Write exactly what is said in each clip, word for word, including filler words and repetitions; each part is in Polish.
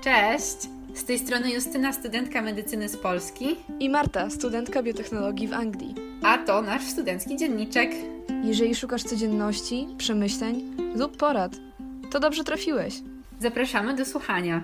Cześć! Z tej strony Justyna, studentka medycyny z Polski. I Marta, studentka biotechnologii w Anglii. A to nasz studencki dzienniczek. Jeżeli szukasz codzienności, przemyśleń lub porad, to dobrze trafiłeś. Zapraszamy do słuchania.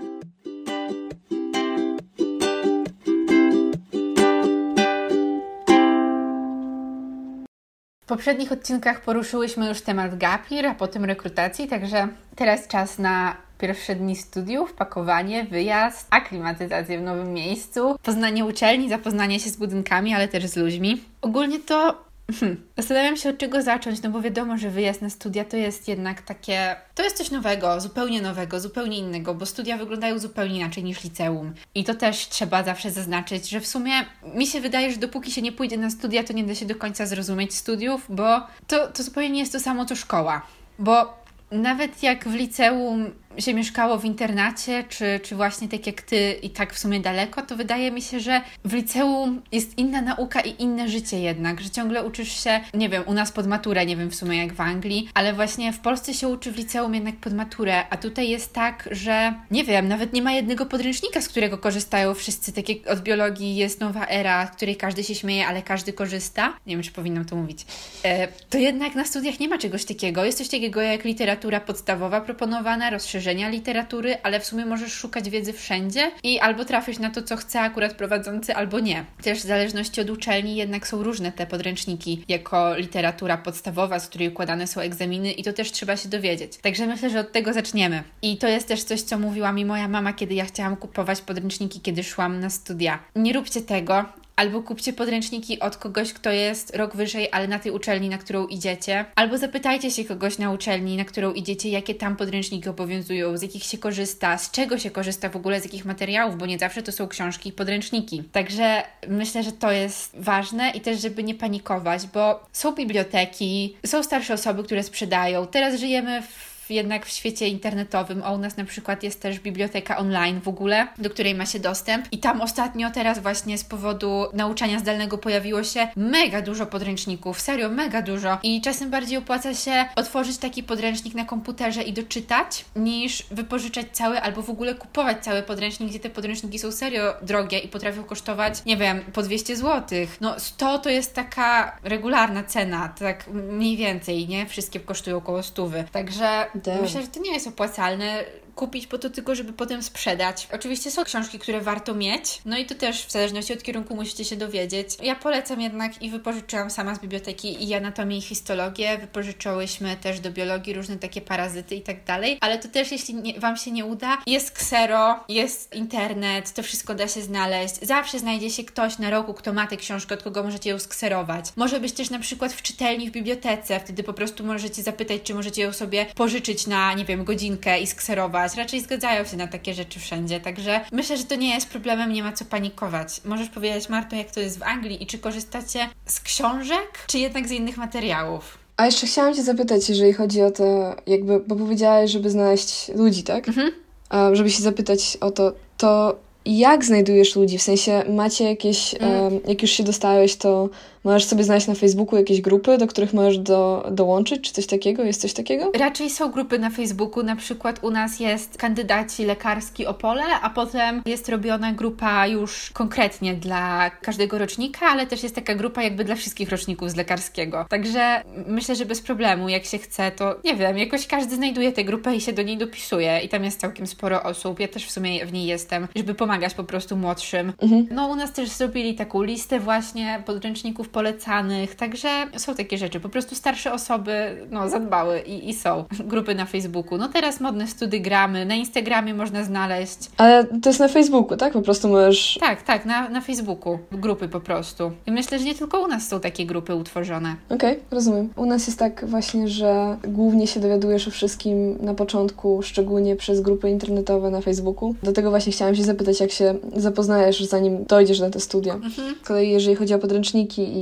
W poprzednich odcinkach poruszyłyśmy już temat gapir, a potem rekrutacji, także teraz czas na pierwsze dni studiów, pakowanie, wyjazd, aklimatyzację w nowym miejscu, poznanie uczelni, zapoznanie się z budynkami, ale też z ludźmi. Ogólnie to hmm, zastanawiam się, od czego zacząć, no bo wiadomo, że wyjazd na studia to jest jednak takie... To jest coś nowego, zupełnie nowego, zupełnie innego, bo studia wyglądają zupełnie inaczej niż liceum. I to też trzeba zawsze zaznaczyć, że w sumie mi się wydaje, że dopóki się nie pójdzie na studia, to nie da się do końca zrozumieć studiów, bo to, to zupełnie nie jest to samo, co szkoła. Bo nawet jak w liceum się mieszkało w internacie, czy, czy właśnie tak jak ty i tak w sumie daleko, to wydaje mi się, że w liceum jest inna nauka i inne życie jednak, że ciągle uczysz się, nie wiem, u nas pod maturę, nie wiem w sumie jak w Anglii, ale właśnie w Polsce się uczy w liceum jednak pod maturę, a tutaj jest tak, że nie wiem, nawet nie ma jednego podręcznika, z którego korzystają wszyscy, tak jak od biologii jest nowa era, w której każdy się śmieje, ale każdy korzysta. Nie wiem, czy powinnam to mówić. E, to jednak na studiach nie ma czegoś takiego. Jest coś takiego jak literatura podstawowa proponowana, rozszerzenia literatury, ale w sumie możesz szukać wiedzy wszędzie i albo trafisz na to, co chce akurat prowadzący, albo nie. Też w zależności od uczelni jednak są różne te podręczniki jako literatura podstawowa, z której układane są egzaminy i to też trzeba się dowiedzieć. Także myślę, że od tego zaczniemy. I to jest też coś, co mówiła mi moja mama, kiedy ja chciałam kupować podręczniki, kiedy szłam na studia. Nie róbcie tego. Albo kupcie podręczniki od kogoś, kto jest rok wyżej, ale na tej uczelni, na którą idziecie. Albo zapytajcie się kogoś na uczelni, na którą idziecie, jakie tam podręczniki obowiązują, z jakich się korzysta, z czego się korzysta w ogóle, z jakich materiałów, bo nie zawsze to są książki i podręczniki. Także myślę, że to jest ważne i też, żeby nie panikować, bo są biblioteki, są starsze osoby, które sprzedają. Teraz żyjemy w jednak w świecie internetowym, a u nas na przykład jest też biblioteka online w ogóle, do której ma się dostęp i tam ostatnio teraz właśnie z powodu nauczania zdalnego pojawiło się mega dużo podręczników, serio mega dużo i czasem bardziej opłaca się otworzyć taki podręcznik na komputerze i doczytać, niż wypożyczać cały albo w ogóle kupować cały podręcznik, gdzie te podręczniki są serio drogie i potrafią kosztować, nie wiem, po dwieście złotych. No sto to jest taka regularna cena, tak mniej więcej, nie? Wszystkie kosztują około stówy, także Damn. myślę, że to nie jest opłacalne kupić po to tylko, żeby potem sprzedać. Oczywiście są książki, które warto mieć, no i to też w zależności od kierunku musicie się dowiedzieć. Ja polecam jednak i wypożyczyłam sama z biblioteki i anatomię i histologię, wypożyczyłyśmy też do biologii różne takie parazyty i tak dalej, ale to też jeśli nie, Wam się nie uda, jest ksero, jest internet, to wszystko da się znaleźć. Zawsze znajdzie się ktoś na roku, kto ma tę książkę, od kogo możecie ją skserować. Może być też na przykład w czytelni, w bibliotece, wtedy po prostu możecie zapytać, czy możecie ją sobie pożyczyć na, nie wiem, godzinkę i skserować. Raczej zgadzają się na takie rzeczy wszędzie, także myślę, że to nie jest problemem, nie ma co panikować. Możesz powiedzieć, Marto, jak to jest w Anglii i czy korzystacie z książek, czy jednak z innych materiałów? A jeszcze chciałam Cię zapytać, jeżeli chodzi o to, jakby, bo powiedziałaś, żeby znaleźć ludzi, tak? Mhm. Um, żeby się zapytać o to, to jak znajdujesz ludzi? W sensie macie jakieś, Mm. um, jak już się dostałeś, to możesz sobie znaleźć na Facebooku jakieś grupy, do których możesz do, dołączyć, czy coś takiego? Jest coś takiego? Raczej są grupy na Facebooku, na przykład u nas jest kandydaci lekarski Opole, a potem jest robiona grupa już konkretnie dla każdego rocznika, ale też jest taka grupa jakby dla wszystkich roczników z lekarskiego. Także myślę, że bez problemu, jak się chce, to nie wiem, jakoś każdy znajduje tę grupę i się do niej dopisuje i tam jest całkiem sporo osób. Ja też w sumie w niej jestem, żeby pomagać po prostu młodszym. Mhm. No u nas też zrobili taką listę właśnie podręczników polecanych, także są takie rzeczy. Po prostu starsze osoby no, zadbały i, i są grupy na Facebooku. No teraz modne studygramy, na Instagramie można znaleźć. Ale to jest na Facebooku, tak? Po prostu możesz... Tak, tak, na, na Facebooku. Grupy po prostu. I myślę, że nie tylko u nas są takie grupy utworzone. Okej, okay, rozumiem. U nas jest tak właśnie, że głównie się dowiadujesz o wszystkim na początku, szczególnie przez grupy internetowe na Facebooku. Do tego właśnie chciałam się zapytać, jak się zapoznajesz, zanim dojdziesz na te studia. Mhm. Z kolei jeżeli chodzi o podręczniki i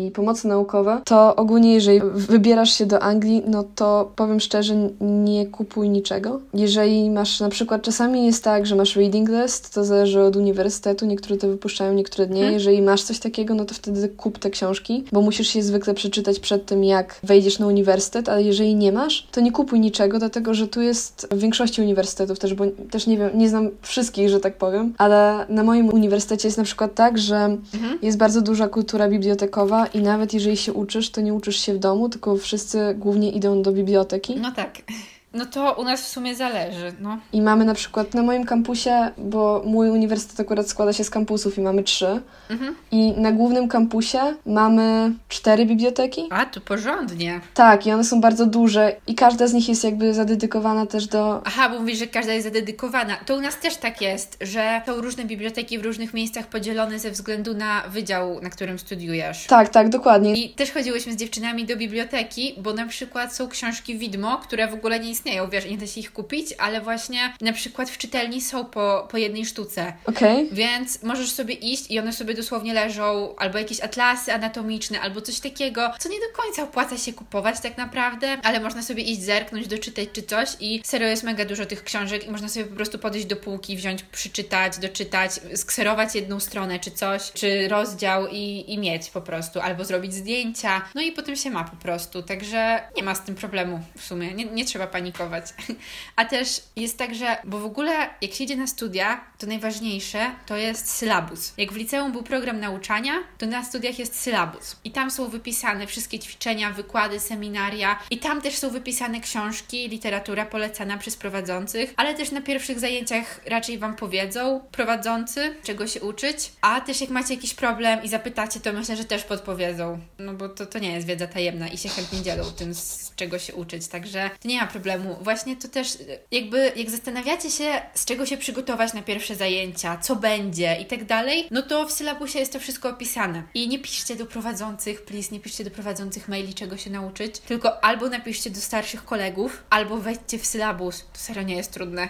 i pomocy naukowe, to ogólnie jeżeli wybierasz się do Anglii, no to powiem szczerze, nie kupuj niczego. Jeżeli masz na przykład, czasami jest tak, że masz reading list, to zależy od uniwersytetu, niektóre to wypuszczają, niektóre nie. Hmm. Jeżeli masz coś takiego, no to wtedy kup te książki, bo musisz je zwykle przeczytać przed tym, jak wejdziesz na uniwersytet, ale jeżeli nie masz, to nie kupuj niczego, dlatego że tu jest w większości uniwersytetów też, bo też nie wiem, nie znam wszystkich, że tak powiem, ale na moim uniwersytecie jest na przykład tak, że mhm. jest bardzo duża kultura bibliotekowa i nawet jeżeli się uczysz, to nie uczysz się w domu, tylko wszyscy głównie idą do biblioteki. No tak. No to u nas w sumie zależy, no. I mamy na przykład na moim kampusie, bo mój uniwersytet akurat składa się z kampusów i mamy trzy. Mhm. I na głównym kampusie mamy cztery biblioteki. A, to porządnie. Tak, i one są bardzo duże i każda z nich jest jakby zadedykowana też do... Aha, bo mówisz, że każda jest zadedykowana. To u nas też tak jest, że są różne biblioteki w różnych miejscach podzielone ze względu na wydział, na którym studiujesz. Tak, tak, dokładnie. I też chodziłyśmy z dziewczynami do biblioteki, bo na przykład są książki widmo, które w ogóle nie istnieją, wiesz, nie da się ich kupić, ale właśnie na przykład w czytelni są po, po jednej sztuce. Okej. Okay. Więc możesz sobie iść i one sobie dosłownie leżą, albo jakieś atlasy anatomiczne, albo coś takiego, co nie do końca opłaca się kupować tak naprawdę, ale można sobie iść zerknąć, doczytać czy coś i serio jest mega dużo tych książek i można sobie po prostu podejść do półki, wziąć, przeczytać, doczytać, skserować jedną stronę czy coś, czy rozdział i, i mieć po prostu, albo zrobić zdjęcia, no i potem się ma po prostu, także nie ma z tym problemu w sumie, nie, nie trzeba panikować. A też jest tak, że, bo w ogóle jak się idzie na studia, to najważniejsze to jest sylabus. Jak w liceum był program nauczania, to na studiach jest sylabus. I tam są wypisane wszystkie ćwiczenia, wykłady, seminaria i tam też są wypisane książki, literatura polecana przez prowadzących, ale też na pierwszych zajęciach raczej Wam powiedzą prowadzący, czego się uczyć, a też jak macie jakiś problem i zapytacie, to myślę, że też podpowiedzą, no bo to, to nie jest wiedza tajemna i się chętnie dzielą tym, z czego się uczyć, także to nie ma problemu. Właśnie to też jakby, jak zastanawiacie się, z czego się przygotować na pierwsze zajęcia, co będzie i tak dalej, no to w sylabusie jest to wszystko opisane. I nie piszcie do prowadzących, please, nie piszcie do prowadzących maili, czego się nauczyć, tylko albo napiszcie do starszych kolegów, albo wejdźcie w sylabus. To serio nie jest trudne.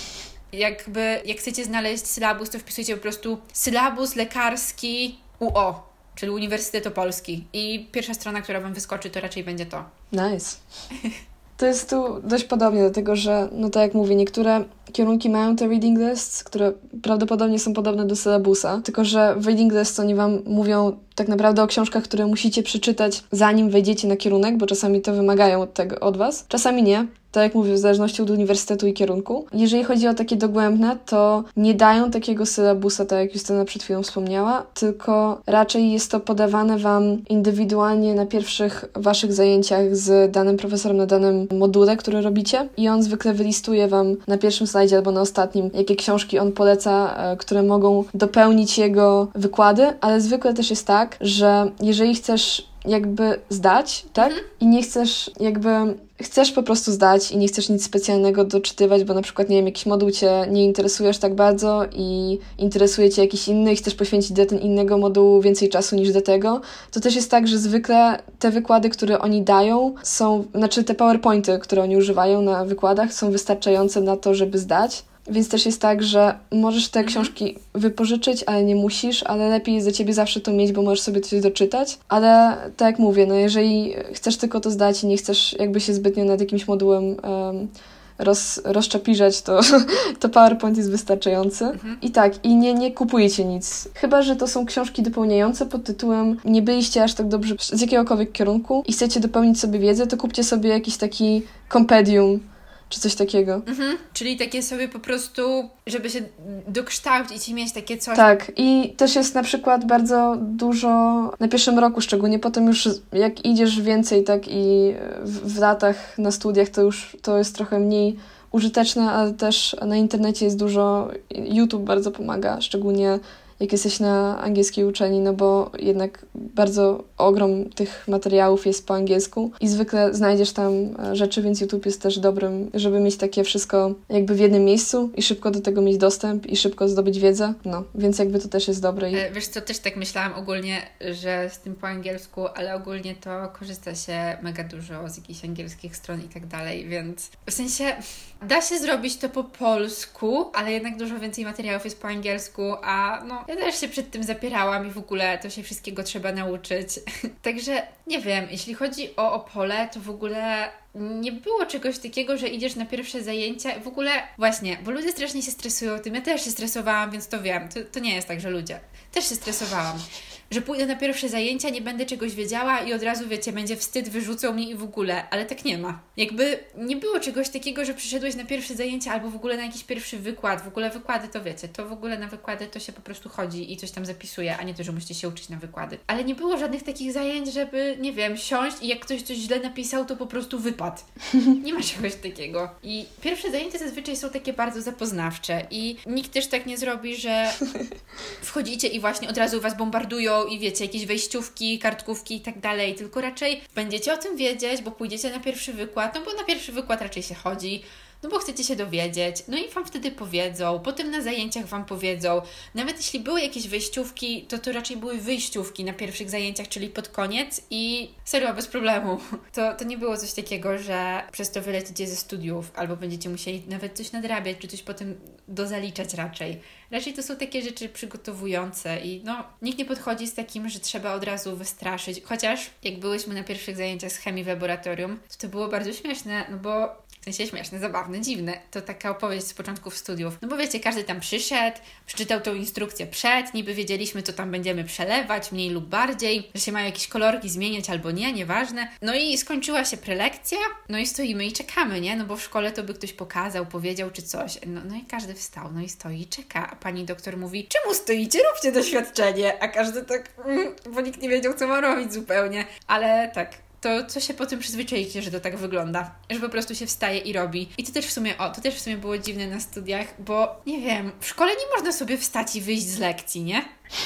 Jakby, jak chcecie znaleźć sylabus, to wpisujcie po prostu sylabus lekarski U O, czyli Uniwersytet Opolski. I pierwsza strona, która Wam wyskoczy, to raczej będzie to. Nice. To jest tu dość podobnie, dlatego że, no tak jak mówię, niektóre kierunki mają te reading lists, które prawdopodobnie są podobne do sylabusa, tylko że w reading list oni Wam mówią tak naprawdę o książkach, które musicie przeczytać zanim wejdziecie na kierunek, bo czasami to wymagają od tego od Was, czasami nie. Tak jak mówię, w zależności od uniwersytetu i kierunku. Jeżeli chodzi o takie dogłębne, to nie dają takiego sylabusa, tak jak Justyna przed chwilą wspomniała, tylko raczej jest to podawane Wam indywidualnie na pierwszych Waszych zajęciach z danym profesorem na danym module, który robicie i on zwykle wylistuje Wam na pierwszym slajdzie albo na ostatnim, jakie książki on poleca, które mogą dopełnić jego wykłady, ale zwykle też jest tak, że jeżeli chcesz jakby zdać, tak? Mhm. I nie chcesz jakby... Chcesz po prostu zdać i nie chcesz nic specjalnego doczytywać, bo na przykład, nie wiem, jakiś moduł Cię nie interesujesz tak bardzo i interesuje Cię jakiś inny i chcesz poświęcić do ten innego modułu więcej czasu niż do tego, to też jest tak, że zwykle te wykłady, które oni dają są, znaczy te PowerPointy, które oni używają na wykładach są wystarczające na to, żeby zdać. Więc też jest tak, że możesz te książki wypożyczyć, ale nie musisz, ale lepiej jest dla Ciebie zawsze to mieć, bo możesz sobie coś doczytać. Ale tak jak mówię, no jeżeli chcesz tylko to zdać i nie chcesz jakby się zbytnio nad jakimś modułem um, roz, rozczapiżać, to, to PowerPoint jest wystarczający. Mhm. I tak, i nie, nie kupujecie nic. Chyba że to są książki dopełniające pod tytułem nie byliście aż tak dobrze z jakiegokolwiek kierunku i chcecie dopełnić sobie wiedzę, to kupcie sobie jakiś taki kompendium czy coś takiego. Mhm. Czyli takie sobie po prostu, żeby się dokształcić i mieć takie coś. Tak. I też jest na przykład bardzo dużo na pierwszym roku szczególnie, potem już jak idziesz więcej, tak i w, w latach na studiach, to już to jest trochę mniej użyteczne, ale też na internecie jest dużo, YouTube bardzo pomaga, szczególnie jak jesteś na angielskiej uczelni, no bo jednak bardzo ogrom tych materiałów jest po angielsku i zwykle znajdziesz tam rzeczy, więc YouTube jest też dobrym, żeby mieć takie wszystko jakby w jednym miejscu i szybko do tego mieć dostęp i szybko zdobyć wiedzę, no, więc jakby to też jest dobre. I... Wiesz co, też tak myślałam ogólnie, że z tym po angielsku, ale ogólnie to korzysta się mega dużo z jakichś angielskich stron i tak dalej, więc w sensie da się zrobić to po polsku, ale jednak dużo więcej materiałów jest po angielsku, a no no ja też się przed tym zapierałam i w ogóle to się wszystkiego trzeba nauczyć. Także nie wiem, jeśli chodzi o Opole, to w ogóle nie było czegoś takiego, że idziesz na pierwsze zajęcia. W ogóle właśnie, bo ludzie strasznie się stresują tym. Ja też się stresowałam, więc to wiem. To, to nie jest tak, że ludzie. Też się stresowałam. Że pójdę na pierwsze zajęcia, nie będę czegoś wiedziała i od razu, wiecie, będzie wstyd, wyrzucą mnie i w ogóle. Ale tak nie ma. Jakby nie było czegoś takiego, że przyszedłeś na pierwsze zajęcia albo w ogóle na jakiś pierwszy wykład. W ogóle wykłady to wiecie, to w ogóle na wykłady to się po prostu chodzi i coś tam zapisuje, a nie to, że musicie się uczyć na wykłady. Ale nie było żadnych takich zajęć, żeby, nie wiem, siąść i jak ktoś coś źle napisał, to po prostu wypadł. Nie ma czegoś takiego. I pierwsze zajęcia zazwyczaj są takie bardzo zapoznawcze i nikt też tak nie zrobi, że wchodzicie i właśnie od razu was bombardują i wiecie, jakieś wejściówki, kartkówki i tak dalej, tylko raczej będziecie o tym wiedzieć, bo pójdziecie na pierwszy wykład, no bo na pierwszy wykład raczej się chodzi, no bo chcecie się dowiedzieć, no i Wam wtedy powiedzą, potem na zajęciach Wam powiedzą. Nawet jeśli były jakieś wejściówki, to to raczej były wyjściówki na pierwszych zajęciach, czyli pod koniec i serio, bez problemu. To, to nie było coś takiego, że przez to wylecicie ze studiów, albo będziecie musieli nawet coś nadrabiać, czy coś potem dozaliczać raczej. Raczej to są takie rzeczy przygotowujące i no, nikt nie podchodzi z takim, że trzeba od razu wystraszyć. Chociaż jak byłyśmy na pierwszych zajęciach z chemii w laboratorium, to to było bardzo śmieszne, no bo w sensie śmieszne, zabawne, dziwne. To taka opowieść z początków studiów. No bo wiecie, każdy tam przyszedł, przeczytał tą instrukcję przed, niby wiedzieliśmy, co tam będziemy przelewać, mniej lub bardziej, że się mają jakieś kolorki zmieniać albo nie, nieważne. No i skończyła się prelekcja, no i stoimy i czekamy, nie? No bo w szkole to by ktoś pokazał, powiedział czy coś. No, no i każdy wstał, no i stoi i czeka. A pani doktor mówi, czemu stoicie? Róbcie doświadczenie. A każdy tak, mm, bo nikt nie wiedział, co ma robić zupełnie. Ale tak, to co się potem przyzwyczaicie, że to tak wygląda. Że po prostu się wstaje i robi. I to też w sumie, o, to też w sumie było dziwne na studiach, bo nie wiem, w szkole nie można sobie wstać i wyjść z lekcji, nie?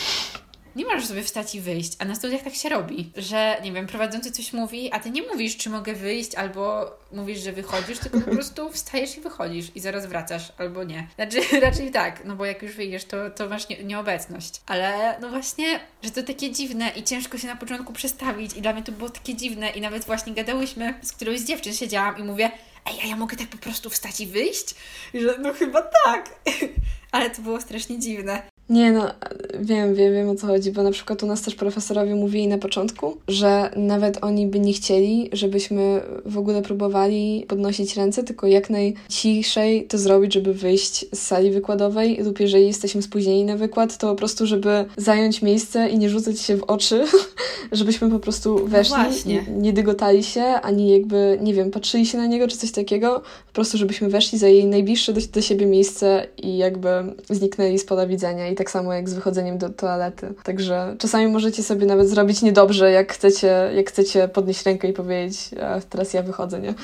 Nie możesz sobie wstać i wyjść, a na studiach tak się robi, że, nie wiem, prowadzący coś mówi, a ty nie mówisz, czy mogę wyjść, albo mówisz, że wychodzisz, tylko po prostu wstajesz i wychodzisz i zaraz wracasz, albo nie. Znaczy, raczej tak, no bo jak już wyjdziesz, to, to masz nie, nieobecność. Ale no właśnie, że to takie dziwne i ciężko się na początku przestawić i dla mnie to było takie dziwne i nawet właśnie gadałyśmy, z którąś z dziewczyn siedziałam i mówię, ej, a ja mogę tak po prostu wstać i wyjść? I że no chyba tak. Ale to było strasznie dziwne. Nie, no wiem, wiem, wiem o co chodzi, bo na przykład u nas też profesorowie mówili na początku, że nawet oni by nie chcieli, żebyśmy w ogóle próbowali podnosić ręce, tylko jak najciszej to zrobić, żeby wyjść z sali wykładowej lub jeżeli jesteśmy spóźnieni na wykład, to po prostu, żeby zająć miejsce i nie rzucać się w oczy, żebyśmy po prostu weszli, no nie, nie dygotali się, ani jakby, nie wiem, patrzyli się na niego czy coś takiego, po prostu żebyśmy weszli, zajęli najbliższe do, do siebie miejsce i jakby zniknęli z pola widzenia. I tak samo jak z wychodzeniem do toalety. Także czasami możecie sobie nawet zrobić niedobrze, jak chcecie, jak chcecie podnieść rękę i powiedzieć, a teraz ja wychodzę, nie?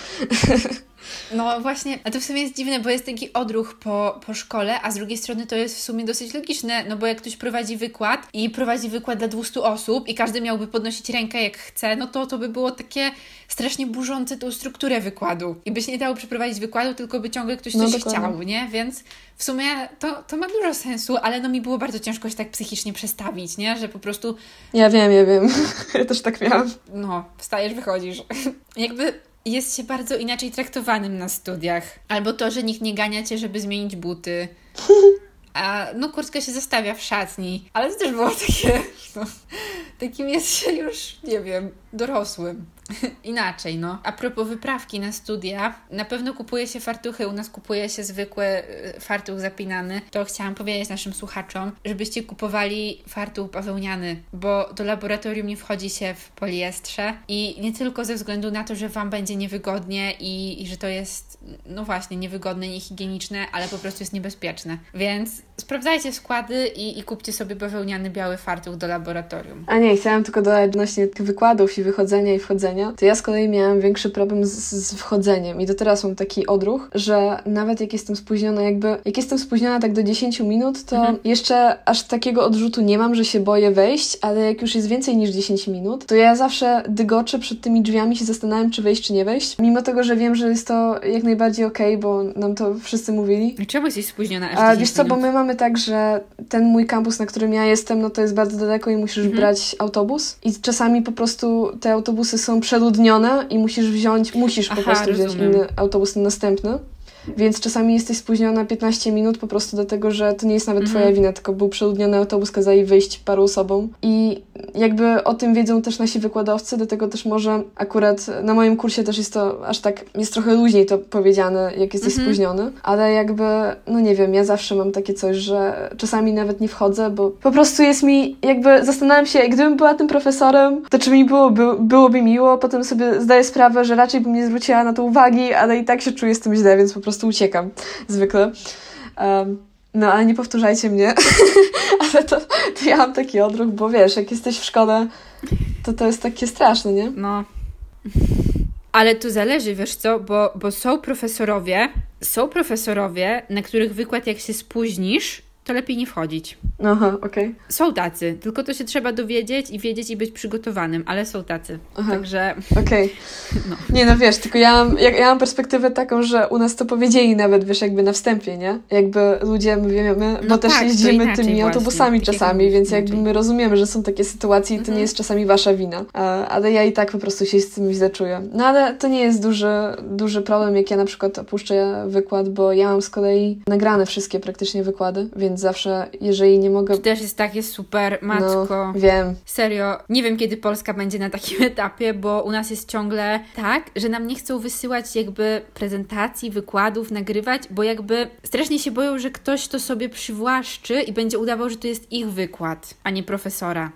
No właśnie, a to w sumie jest dziwne, bo jest taki odruch po, po szkole, a z drugiej strony to jest w sumie dosyć logiczne, no bo jak ktoś prowadzi wykład i prowadzi wykład dla dwustu osób i każdy miałby podnosić rękę jak chce, no to to by było takie strasznie burzące tą strukturę wykładu. I by się nie dało przeprowadzić wykładu, tylko by ciągle ktoś no, coś dokładnie. chciał, nie? Więc w sumie to, to ma dużo sensu, ale no mi było bardzo ciężko się tak psychicznie przestawić, nie? Że po prostu... Ja wiem, ja wiem. Ja też tak miałam. No, wstajesz, wychodzisz. Jakby... jest się bardzo inaczej traktowanym na studiach. Albo to, że nikt nie gania cię, żeby zmienić buty. A no kurtka się zostawia w szatni. Ale to też było takie... No, takim jest się już, nie wiem, dorosłym. Inaczej, no. A propos wyprawki na studia, na pewno kupuje się fartuchy, u nas kupuje się zwykły fartuch zapinany. To chciałam powiedzieć naszym słuchaczom, żebyście kupowali fartuch bawełniany, bo do laboratorium nie wchodzi się w poliestrze i nie tylko ze względu na to, że Wam będzie niewygodnie i, i że to jest, no właśnie, niewygodne, niehigieniczne, ale po prostu jest niebezpieczne. Więc sprawdzajcie składy i, i kupcie sobie bawełniany biały fartuch do laboratorium. A nie, chciałam tylko dodać odnośnie tych wykładów i wychodzenia i wchodzenia, to ja z kolei miałam większy problem z, z wchodzeniem i do teraz mam taki odruch, że nawet jak jestem spóźniona, jakby jak jestem spóźniona tak do dziesięciu minut, to mhm. jeszcze aż takiego odrzutu nie mam, że się boję wejść, ale jak już jest więcej niż dziesięć minut, to ja zawsze dygoczę przed tymi drzwiami, się zastanawiam, czy wejść, czy nie wejść, mimo tego, że wiem, że jest to jak najbardziej okej, bo nam to wszyscy mówili. I czemu jesteś spóźniona aż A wiesz co, bo my mamy tak, że ten mój kampus, na którym ja jestem, no to jest bardzo daleko i musisz mhm. brać autobus i czasami po prostu te autobusy są przeludnione i musisz wziąć, musisz Aha, po prostu rozumiem. wziąć inny autobus następny. więc czasami jesteś spóźniona piętnaście minut po prostu dlatego, że to nie jest nawet twoja wina, tylko był przeludniony autobus, kazali wyjść paru osobom i jakby o tym wiedzą też nasi wykładowcy, dlatego też może akurat na moim kursie też jest to aż tak, jest trochę luźniej to powiedziane, jak jesteś mhm. spóźniony, ale jakby, no nie wiem, ja zawsze mam takie coś, że czasami nawet nie wchodzę, bo po prostu jest mi, jakby zastanawiam się, gdybym była tym profesorem, to czy mi było, by, byłoby miło, potem sobie zdaję sprawę, że raczej bym nie zwróciła na to uwagi, ale i tak się czuję z tym źle, więc po prostu uciekam zwykle. Um, no, ale nie powtórzajcie mnie, ale to, to ja mam taki odruch, bo wiesz, jak jesteś w szkole, to to jest takie straszne, nie? No. Ale to zależy, wiesz co, bo, bo są profesorowie, są profesorowie, na których wykład jak się spóźnisz, to lepiej nie wchodzić. Aha, okej. Okay. Są tacy, tylko to się trzeba dowiedzieć i wiedzieć i być przygotowanym, ale są tacy. Aha. Także... Okej. Okay. No. Nie no, wiesz, tylko ja mam, ja, ja mam perspektywę taką, że u nas to powiedzieli nawet, wiesz, jakby na wstępie, nie? Jakby ludzie, my wiemy, bo no też tak, jeździmy tymi właśnie, autobusami tak czasami, więc jakby inaczej. My rozumiemy, że są takie sytuacje i to mhm. nie jest czasami wasza wina. Ale ja i tak po prostu się z tym źle czuję. No ale to nie jest duży, duży problem, jak ja na przykład opuszczę wykład, bo ja mam z kolei nagrane wszystkie praktycznie wykłady, więc zawsze, jeżeli nie mogę... To też jest takie super, matko. No, wiem. Serio, nie wiem, kiedy Polska będzie na takim etapie, bo u nas jest ciągle tak, że nam nie chcą wysyłać jakby prezentacji, wykładów, nagrywać, bo jakby strasznie się boją, że ktoś to sobie przywłaszczy i będzie udawał, że to jest ich wykład, a nie profesora.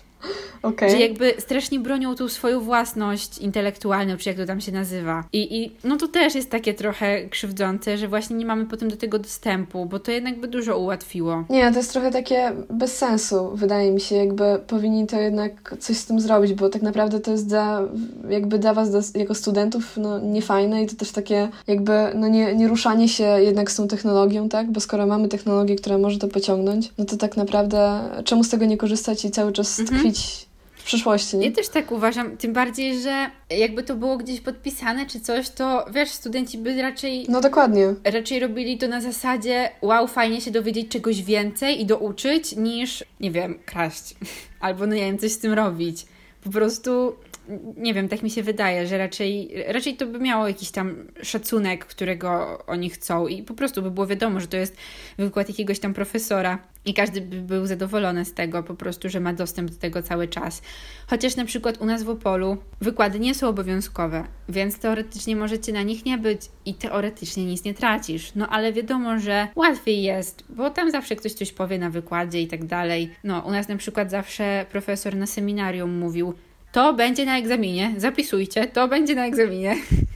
Okay. Że jakby strasznie bronią tą swoją własność intelektualną, czy jak to tam się nazywa. I, i no to też jest takie trochę krzywdzące, że właśnie nie mamy potem do tego dostępu, bo to jednak by dużo ułatwiło. Nie, to jest trochę takie bez sensu, wydaje mi się, jakby powinni to jednak coś z tym zrobić, bo tak naprawdę to jest dla, jakby dla was, dla, jako studentów, no niefajne i to też takie jakby, no nie, nie ruszanie się jednak z tą technologią, tak? Bo skoro mamy technologię, która może to pociągnąć, no to tak naprawdę czemu z tego nie korzystać i cały czas tkwić mhm. w przyszłości, nie? Ja też tak uważam, tym bardziej, że jakby to było gdzieś podpisane czy coś, to wiesz, studenci by raczej... No dokładnie. Raczej robili to na zasadzie wow, fajnie się dowiedzieć czegoś więcej i douczyć, niż, nie wiem, kraść. Albo, no nie wiem, coś z tym robić. Po prostu... Nie wiem, tak mi się wydaje, że raczej, raczej to by miało jakiś tam szacunek, którego oni chcą i po prostu by było wiadomo, że to jest wykład jakiegoś tam profesora i każdy by był zadowolony z tego po prostu, że ma dostęp do tego cały czas. Chociaż na przykład u nas w Opolu wykłady nie są obowiązkowe, więc teoretycznie możecie na nich nie być i teoretycznie nic nie tracisz. No ale wiadomo, że łatwiej jest, bo tam zawsze ktoś coś powie na wykładzie i tak dalej. No u nas na przykład zawsze profesor na seminarium mówił: to będzie na egzaminie, zapisujcie, to będzie na egzaminie.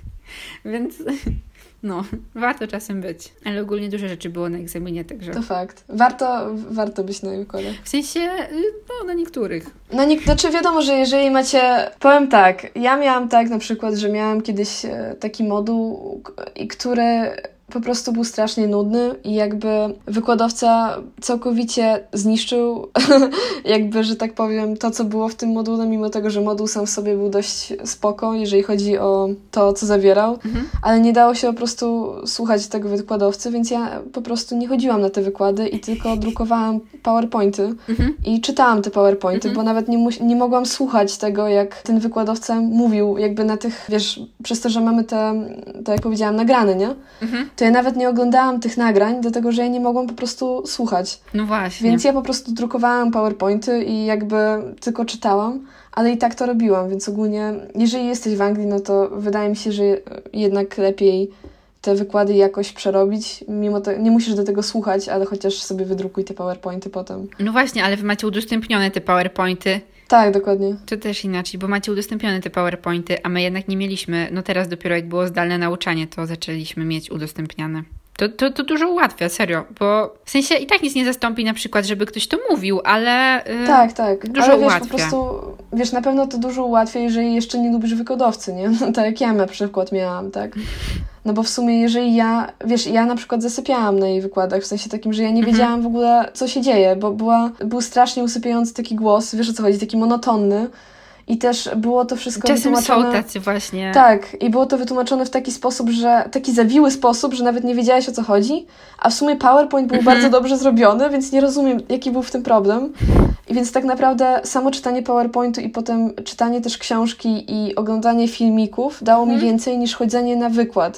Więc no, warto czasem być. Ale ogólnie dużo rzeczy było na egzaminie, także... To fakt. Warto, warto być na wykładach. W sensie, no, na niektórych. Na nie... Znaczy wiadomo, że jeżeli macie... Powiem tak, ja miałam tak na przykład, że miałam kiedyś taki moduł, który... po prostu był strasznie nudny i jakby wykładowca całkowicie zniszczył jakby, że tak powiem, to, co było w tym module, mimo tego, że moduł sam w sobie był dość spoko, jeżeli chodzi o to, co zawierał, mhm. ale nie dało się po prostu słuchać tego wykładowcy, więc ja po prostu nie chodziłam na te wykłady i tylko drukowałam PowerPointy mhm. i czytałam te PowerPointy, mhm. bo nawet nie, mu- nie mogłam słuchać tego, jak ten wykładowca mówił, jakby na tych, wiesz, przez to, że mamy te, tak jak powiedziałam, nagrane, nie? Mhm. To ja nawet nie oglądałam tych nagrań, dlatego że ja nie mogłam po prostu słuchać. No właśnie. Więc ja po prostu drukowałam PowerPointy i jakby tylko czytałam, ale i tak to robiłam, więc ogólnie, jeżeli jesteś w Anglii, no to wydaje mi się, że jednak lepiej te wykłady jakoś przerobić, mimo to nie musisz do tego słuchać, ale chociaż sobie wydrukuj te PowerPointy potem. No właśnie, ale wy macie udostępnione te PowerPointy. Tak, dokładnie. To też inaczej, bo macie udostępnione te PowerPointy, a my jednak nie mieliśmy. No teraz dopiero jak było zdalne nauczanie, to zaczęliśmy mieć udostępniane. To, to, to dużo ułatwia, serio, bo w sensie i tak nic nie zastąpi na przykład, żeby ktoś to mówił, ale yy, tak, tak. dużo ale wiesz, ułatwia. Po prostu, wiesz, na pewno to dużo ułatwia, jeżeli jeszcze nie lubisz wykładowcy, nie? No, tak jak ja na przykład miałam, tak? No bo w sumie jeżeli ja, wiesz, ja na przykład zasypiałam na jej wykładach, w sensie takim, że ja nie mhm. wiedziałam w ogóle, co się dzieje, bo była, był strasznie usypiający taki głos, wiesz o co chodzi, taki monotonny. I też było to wszystko Czasem wytłumaczone... są tacy właśnie. Tak, i było to wytłumaczone w taki sposób, że taki zawiły sposób, że nawet nie wiedziałaś, o co chodzi, a w sumie PowerPoint był mhm. bardzo dobrze zrobiony, więc nie rozumiem, jaki był w tym problem. I więc tak naprawdę samo czytanie PowerPointu i potem czytanie też książki i oglądanie filmików dało mhm. mi więcej niż chodzenie na wykład.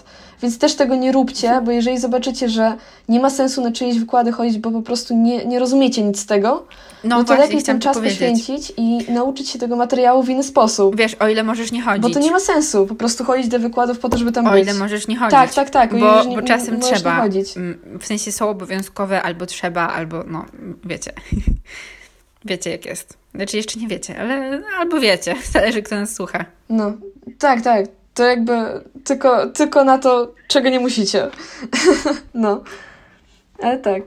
Więc też tego nie róbcie, bo jeżeli zobaczycie, że nie ma sensu na czyjeś wykłady chodzić, bo po prostu nie, nie rozumiecie nic z tego, no, no to właśnie, lepiej ten czas poświęcić i nauczyć się tego materiału w inny sposób. Wiesz, o ile możesz nie chodzić. Bo to nie ma sensu po prostu chodzić do wykładów po to, żeby tam o być. O ile możesz nie chodzić. Tak, tak, tak. Bo, nie, bo czasem nie, trzeba. Nie chodzić. W sensie są obowiązkowe, albo trzeba, albo no, wiecie. Wiecie jak jest. Znaczy jeszcze nie wiecie, ale albo wiecie. Zależy kto nas słucha. No, tak, tak. To jakby tylko, tylko na to, czego nie musicie. No. Ale tak.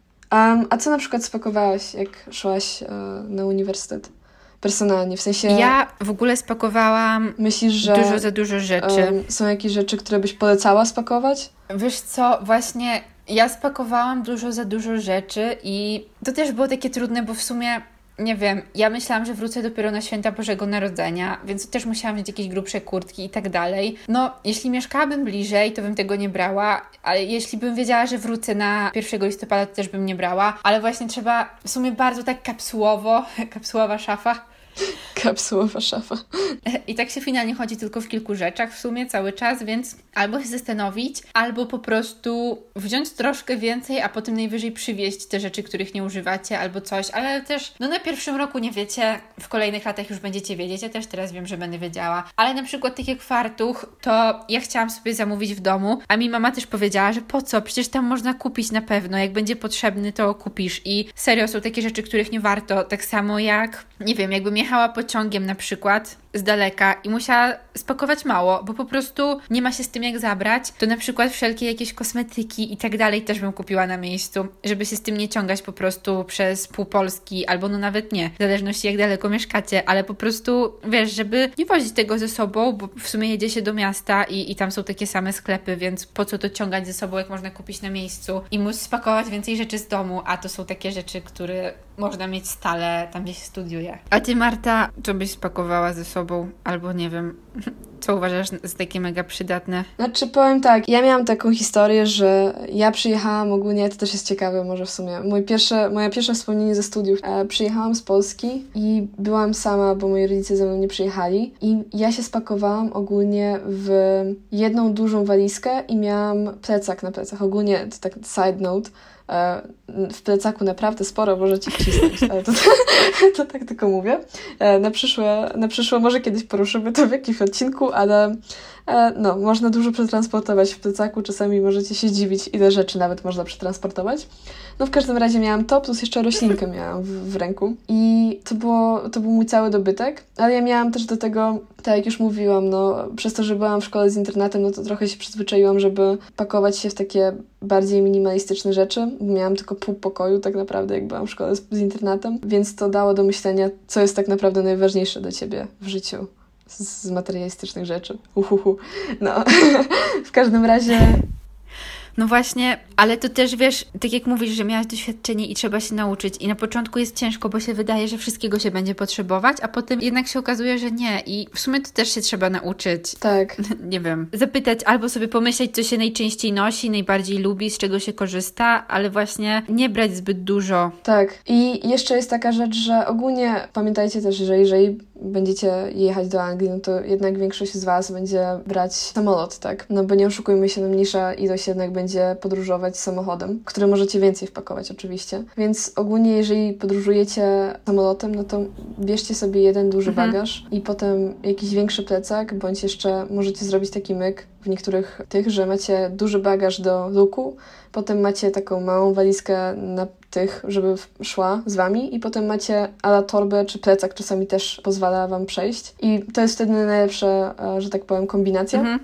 Um, a co na przykład spakowałaś, jak szłaś uh, na uniwersytet? Personalnie, w sensie... Ja w ogóle spakowałam myślisz, że dużo za dużo rzeczy. Um, są jakieś rzeczy, które byś polecała spakować? Wiesz co, właśnie ja spakowałam dużo za dużo rzeczy i to też było takie trudne, bo w sumie nie wiem, ja myślałam, że wrócę dopiero na święta Bożego Narodzenia, więc też musiałam mieć jakieś grubsze kurtki i tak dalej. No, jeśli mieszkałabym bliżej, to bym tego nie brała, ale jeśli bym wiedziała, że wrócę na pierwszego listopada, to też bym nie brała, ale właśnie trzeba w sumie bardzo tak kapsułowo, kapsułowa szafa, kapsułowa szafa. I tak się finalnie chodzi tylko w kilku rzeczach w sumie cały czas, więc albo się zastanowić, albo po prostu wziąć troszkę więcej, a potem najwyżej przywieźć te rzeczy, których nie używacie, albo coś, ale też no na pierwszym roku nie wiecie, w kolejnych latach już będziecie wiedzieć, ja też teraz wiem, że będę wiedziała, ale na przykład tak jak fartuch, to ja chciałam sobie zamówić w domu, a mi mama też powiedziała, że po co, przecież tam można kupić na pewno, jak będzie potrzebny, to kupisz i serio są takie rzeczy, których nie warto, tak samo jak, nie wiem, jakbym jechała pociągiem na przykład z daleka i musiała spakować mało, bo po prostu nie ma się z tym jak zabrać, to na przykład wszelkie jakieś kosmetyki i tak dalej też bym kupiła na miejscu, żeby się z tym nie ciągać po prostu przez pół Polski, albo no nawet nie, w zależności jak daleko mieszkacie, ale po prostu, wiesz, żeby nie wozić tego ze sobą, bo w sumie jedzie się do miasta i, i tam są takie same sklepy, więc po co to ciągać ze sobą, jak można kupić na miejscu i móc spakować więcej rzeczy z domu, a to są takie rzeczy, które można mieć stale tam, gdzie się studiuje. A ty, Marta, co byś spakowała ze sobą? Albo nie wiem, co uważasz za takie mega przydatne? Znaczy, powiem tak, ja miałam taką historię, że ja przyjechałam ogólnie, to też jest ciekawe może w sumie, Mój pierwsze, moje pierwsze wspomnienie ze studiów, e, przyjechałam z Polski i byłam sama, bo moi rodzice ze mną nie przyjechali i ja się spakowałam ogólnie w jedną dużą walizkę i miałam plecak na plecach, ogólnie to tak side note, w plecaku naprawdę sporo możecie wcisnąć, ale to, to tak tylko mówię. Na przyszłe, na przyszłe może kiedyś poruszymy to w jakimś odcinku, ale no, można dużo przetransportować w plecaku, czasami możecie się dziwić, ile rzeczy nawet można przetransportować. No w każdym razie miałam to, plus jeszcze roślinkę miałam w, w ręku i to, było, to był mój cały dobytek, ale ja miałam też do tego, tak jak już mówiłam, no przez to, że byłam w szkole z internatem, no to trochę się przyzwyczaiłam, żeby pakować się w takie bardziej minimalistyczne rzeczy. Miałam tylko pół pokoju tak naprawdę, jak byłam w szkole z, z internatem, więc to dało do myślenia, co jest tak naprawdę najważniejsze dla ciebie w życiu z, z materialistycznych rzeczy. Uhuhu. No, w każdym razie... No właśnie, ale to też wiesz, tak jak mówisz, że miałaś doświadczenie i trzeba się nauczyć i na początku jest ciężko, bo się wydaje, że wszystkiego się będzie potrzebować, a potem jednak się okazuje, że nie i w sumie to też się trzeba nauczyć. Tak. Nie wiem, zapytać albo sobie pomyśleć, co się najczęściej nosi, najbardziej lubi, z czego się korzysta, ale właśnie nie brać zbyt dużo. Tak. I jeszcze jest taka rzecz, że ogólnie pamiętajcie też, że jeżeli będziecie jechać do Anglii, no to jednak większość z Was będzie brać samolot, tak? No bo nie oszukujmy się, no mniejsza ilość jednak będzie podróżować samochodem, który możecie więcej wpakować oczywiście. Więc ogólnie jeżeli podróżujecie samolotem, no to bierzcie sobie jeden duży mhm. bagaż i potem jakiś większy plecak, bądź jeszcze możecie zrobić taki myk w niektórych tych, że macie duży bagaż do luku, potem macie taką małą walizkę na tych, żeby szła z Wami i potem macie ala torbę czy plecak, czasami też pozwala Wam przejść. I to jest wtedy najlepsza, że tak powiem, kombinacja. Mhm.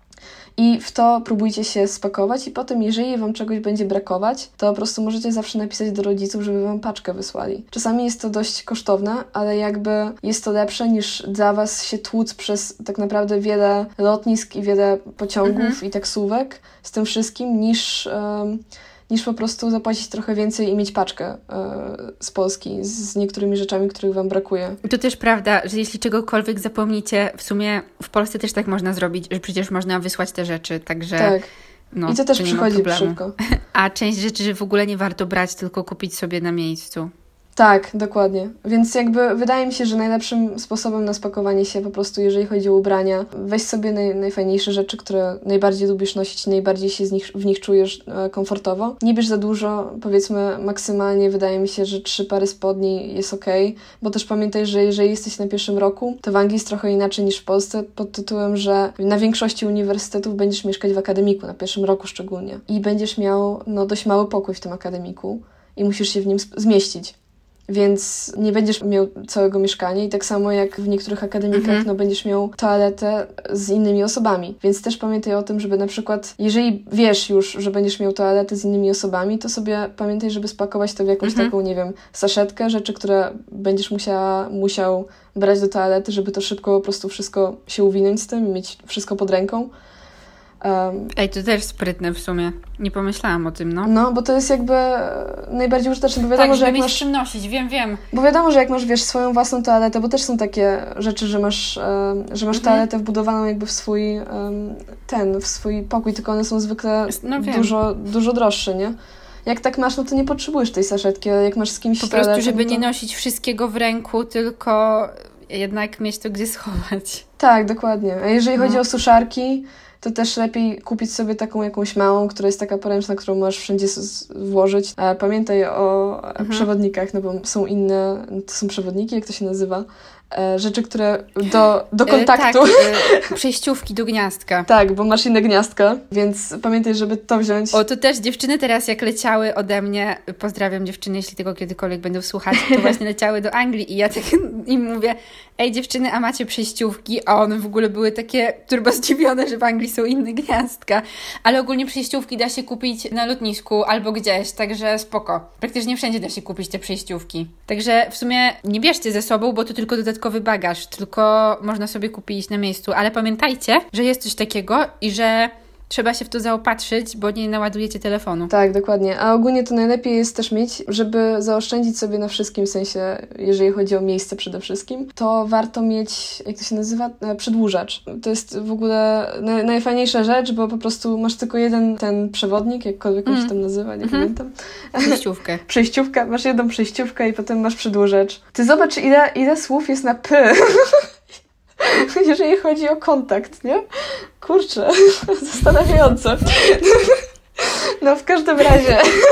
I w to próbujcie się spakować i potem, jeżeli Wam czegoś będzie brakować, to po prostu możecie zawsze napisać do rodziców, żeby Wam paczkę wysłali. Czasami jest to dość kosztowne, ale jakby jest to lepsze niż dla Was się tłuc przez tak naprawdę wiele lotnisk i wiele pociągów mhm. i taksówek z tym wszystkim, niż... Um, niż po prostu zapłacić trochę więcej i mieć paczkę e, z Polski z niektórymi rzeczami, których Wam brakuje. To też prawda, że jeśli czegokolwiek zapomnicie, w sumie w Polsce też tak można zrobić, że przecież można wysłać te rzeczy, także... Tak. No, i to też to przychodzi szybko. A część rzeczy w ogóle nie warto brać, tylko kupić sobie na miejscu. Tak, dokładnie. Więc jakby wydaje mi się, że najlepszym sposobem na spakowanie się po prostu, jeżeli chodzi o ubrania, weź sobie naj, najfajniejsze rzeczy, które najbardziej lubisz nosić, najbardziej się z nich, w nich czujesz e, komfortowo. Nie bierz za dużo, powiedzmy maksymalnie wydaje mi się, że trzy pary spodni jest okej, bo też pamiętaj, że jeżeli jesteś na pierwszym roku, to w Anglii jest trochę inaczej niż w Polsce, pod tytułem, że na większości uniwersytetów będziesz mieszkać w akademiku, na pierwszym roku szczególnie. I będziesz miał no, dość mały pokój w tym akademiku i musisz się w nim zmieścić. Więc nie będziesz miał całego mieszkania i tak samo jak w niektórych akademikach, mhm. no będziesz miał toaletę z innymi osobami. Więc też pamiętaj o tym, żeby na przykład, jeżeli wiesz już, że będziesz miał toaletę z innymi osobami, to sobie pamiętaj, żeby spakować to w jakąś mhm. taką, nie wiem, saszetkę, rzeczy, które będziesz musiała, musiał brać do toalety, żeby to szybko po prostu wszystko się uwinąć z tym i mieć wszystko pod ręką. Um, Ej, to też sprytne w sumie. Nie pomyślałam o tym, no. No, bo to jest jakby najbardziej użyteczne, bo wiadomo, tak, że jak mieć masz... czym nosić, wiem, wiem. Bo wiadomo, że jak masz, wiesz, swoją własną toaletę, bo też są takie rzeczy, że masz, um, że masz mhm. toaletę wbudowaną jakby w swój um, ten, w swój pokój, tylko one są zwykle no, dużo, dużo droższe, nie? Jak tak masz, no to nie potrzebujesz tej saszetki, ale jak masz z kimś po toaletę, prostu, żeby to... nie nosić wszystkiego w ręku, tylko jednak mieć to gdzie schować. Tak, dokładnie. A jeżeli no. chodzi o suszarki, to też lepiej kupić sobie taką jakąś małą, która jest taka poręczna, którą możesz wszędzie włożyć. A pamiętaj o mhm. przewodnikach, no bo są inne, to są przewodniki, jak to się nazywa? E, rzeczy, które do, do kontaktu. E, tak, e, przejściówki do gniazdka. Tak, bo masz inne gniazdka, więc pamiętaj, żeby to wziąć. O, to też dziewczyny teraz jak leciały ode mnie, pozdrawiam dziewczyny, jeśli tego kiedykolwiek będą słuchać, to właśnie leciały do Anglii i ja tak im mówię, ej dziewczyny, a macie przejściówki? A one w ogóle były takie turbo zdziwione, że w Anglii są inne gniazdka. Ale ogólnie przejściówki da się kupić na lotnisku albo gdzieś, także spoko. Praktycznie wszędzie da się kupić te przejściówki. Także w sumie nie bierzcie ze sobą, bo to tylko dodatkowy bagaż, tylko można sobie kupić na miejscu. Ale pamiętajcie, że jest coś takiego i że trzeba się w to zaopatrzyć, bo nie naładujecie telefonu. Tak, dokładnie. A ogólnie to najlepiej jest też mieć, żeby zaoszczędzić sobie na wszystkim, w sensie, jeżeli chodzi o miejsce przede wszystkim, to warto mieć, jak to się nazywa? Przedłużacz. To jest w ogóle na, najfajniejsza rzecz, bo po prostu masz tylko jeden ten przewodnik, jakkolwiek mm. on się tam nazywa, nie mm-hmm. pamiętam. Przejściówkę. Przejściówka. Masz jedną przejściówkę i potem masz przedłużacz. Ty zobacz, ile, ile słów jest na P. Jeżeli chodzi o kontakt, nie? Kurczę, zastanawiające. No w każdym razie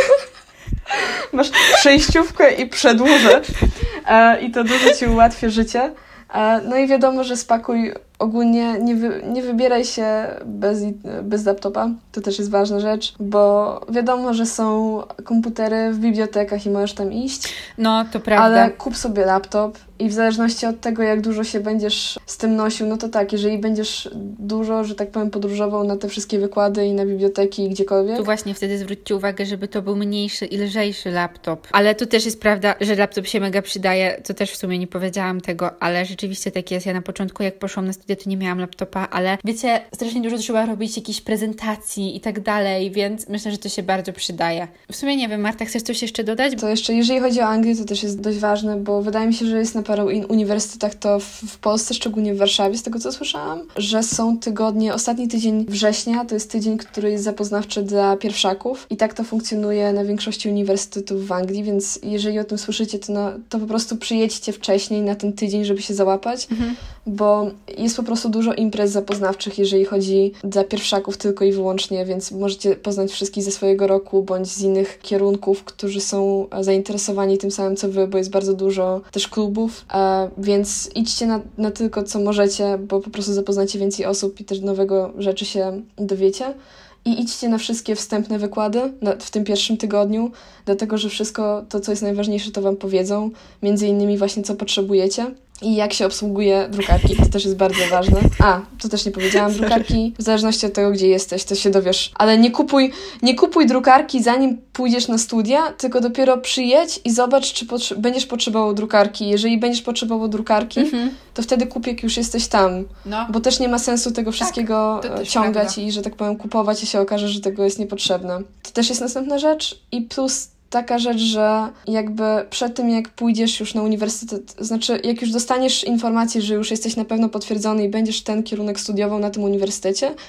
masz przejściówkę i przedłużacz e, i to dużo ci ułatwia życie. E, no i wiadomo, że spakuj ogólnie, nie, wy, nie wybieraj się bez, bez laptopa, to też jest ważna rzecz, bo wiadomo, że są komputery w bibliotekach i możesz tam iść. No, to prawda. Ale kup sobie laptop i w zależności od tego, jak dużo się będziesz z tym nosił, no to tak, jeżeli będziesz dużo, że tak powiem, podróżował na te wszystkie wykłady i na biblioteki i gdziekolwiek. Tu właśnie wtedy zwróćcie uwagę, żeby to był mniejszy i lżejszy laptop. Ale to też jest prawda, że laptop się mega przydaje, to też w sumie nie powiedziałam tego, ale rzeczywiście tak jest. Ja na początku, jak poszłam na studia, to nie miałam laptopa, ale wiecie, strasznie dużo trzeba robić jakichś prezentacji i tak dalej, więc myślę, że to się bardzo przydaje. W sumie nie wiem, Marta, chcesz coś jeszcze dodać? To jeszcze, jeżeli chodzi o Anglię, to też jest dość ważne, bo wydaje mi się, że jest na paru in- uniwersytetach, to w, w Polsce, szczególnie w Warszawie, z tego co słyszałam, że są tygodnie, ostatni tydzień września, to jest tydzień, który jest zapoznawczy dla pierwszaków i tak to funkcjonuje na większości uniwersytetów w Anglii, więc jeżeli o tym słyszycie, to, no, to po prostu przyjedźcie wcześniej na ten tydzień, żeby się załapać, mhm. bo jest po prostu dużo imprez zapoznawczych, jeżeli chodzi dla pierwszaków tylko i wyłącznie, więc możecie poznać wszystkich ze swojego roku, bądź z innych kierunków, którzy są zainteresowani tym samym co wy, bo jest bardzo dużo też klubów, e, więc idźcie na, na tylko co możecie, bo po prostu zapoznacie więcej osób i też nowego rzeczy się dowiecie. I idźcie na wszystkie wstępne wykłady na, w tym pierwszym tygodniu, dlatego że wszystko to, co jest najważniejsze, to wam powiedzą, między innymi właśnie co potrzebujecie. I jak się obsługuje drukarki, to też jest bardzo ważne. A, to też nie powiedziałam, drukarki, w zależności od tego, gdzie jesteś, to się dowiesz. Ale nie kupuj, nie kupuj drukarki, zanim pójdziesz na studia, tylko dopiero przyjedź i zobacz, czy potrze- będziesz potrzebował drukarki. Jeżeli będziesz potrzebował drukarki, mm-hmm. to wtedy kup, jak już jesteś tam. No. Bo też nie ma sensu tego wszystkiego tak, ciągać prawda. I, że tak powiem, kupować i się okaże, że tego jest niepotrzebne. To też jest następna rzecz. I plus taka rzecz, że jakby przed tym, jak pójdziesz już na uniwersytet, znaczy jak już dostaniesz informację, że już jesteś na pewno potwierdzony i będziesz ten kierunek studiował na tym uniwersytecie,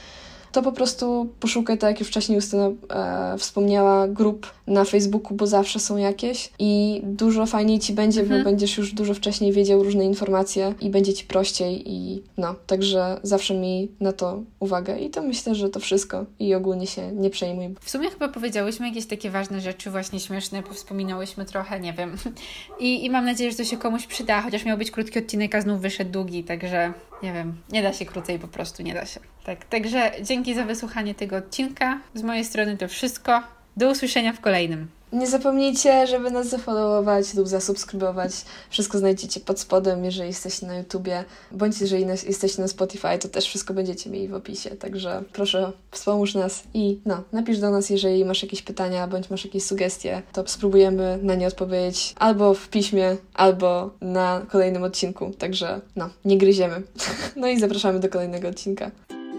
to po prostu poszukaj, tak jak już wcześniej Justyna e, wspomniała, grup na Facebooku, bo zawsze są jakieś i dużo fajniej ci będzie, mhm. bo będziesz już dużo wcześniej wiedział różne informacje i będzie ci prościej i no, także zawsze miej na to uwagę i to myślę, że to wszystko i ogólnie się nie przejmuj. W sumie chyba powiedziałyśmy jakieś takie ważne rzeczy, właśnie śmieszne, powspominałyśmy trochę, nie wiem. I, i mam nadzieję, że to się komuś przyda, chociaż miał być krótki odcinek, a znów wyszedł długi, także nie wiem, nie da się krócej, po prostu nie da się. Tak, także dzięki za wysłuchanie tego odcinka. Z mojej strony to wszystko. Do usłyszenia w kolejnym. Nie zapomnijcie, żeby nas zafollowować lub zasubskrybować. Wszystko znajdziecie pod spodem, jeżeli jesteście na YouTubie, bądź jeżeli nas, jesteście na Spotify, to też wszystko będziecie mieli w opisie. Także proszę, wspomóż nas i no, napisz do nas, jeżeli masz jakieś pytania, bądź masz jakieś sugestie, to spróbujemy na nie odpowiedzieć albo w piśmie, albo na kolejnym odcinku. Także no, nie gryziemy. No i zapraszamy do kolejnego odcinka.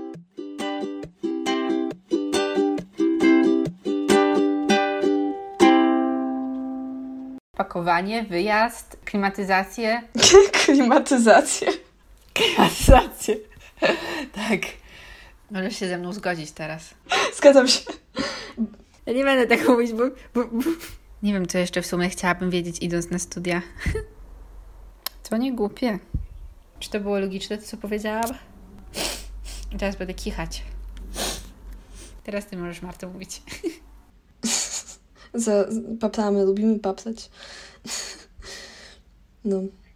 Pakowanie, wyjazd, klimatyzację. Klimatyzację. Klimatyzację. Tak. Możesz się ze mną zgodzić teraz. Zgadzam się. Ja nie będę tak mówić, bo, bo, bo... Nie wiem, co jeszcze w sumie chciałabym wiedzieć, idąc na studia. To nie głupie. Czy to było logiczne, to co powiedziałam? Teraz będę kichać. Teraz ty możesz, Marto, mówić. Za, paplamy, lubimy paplać. No.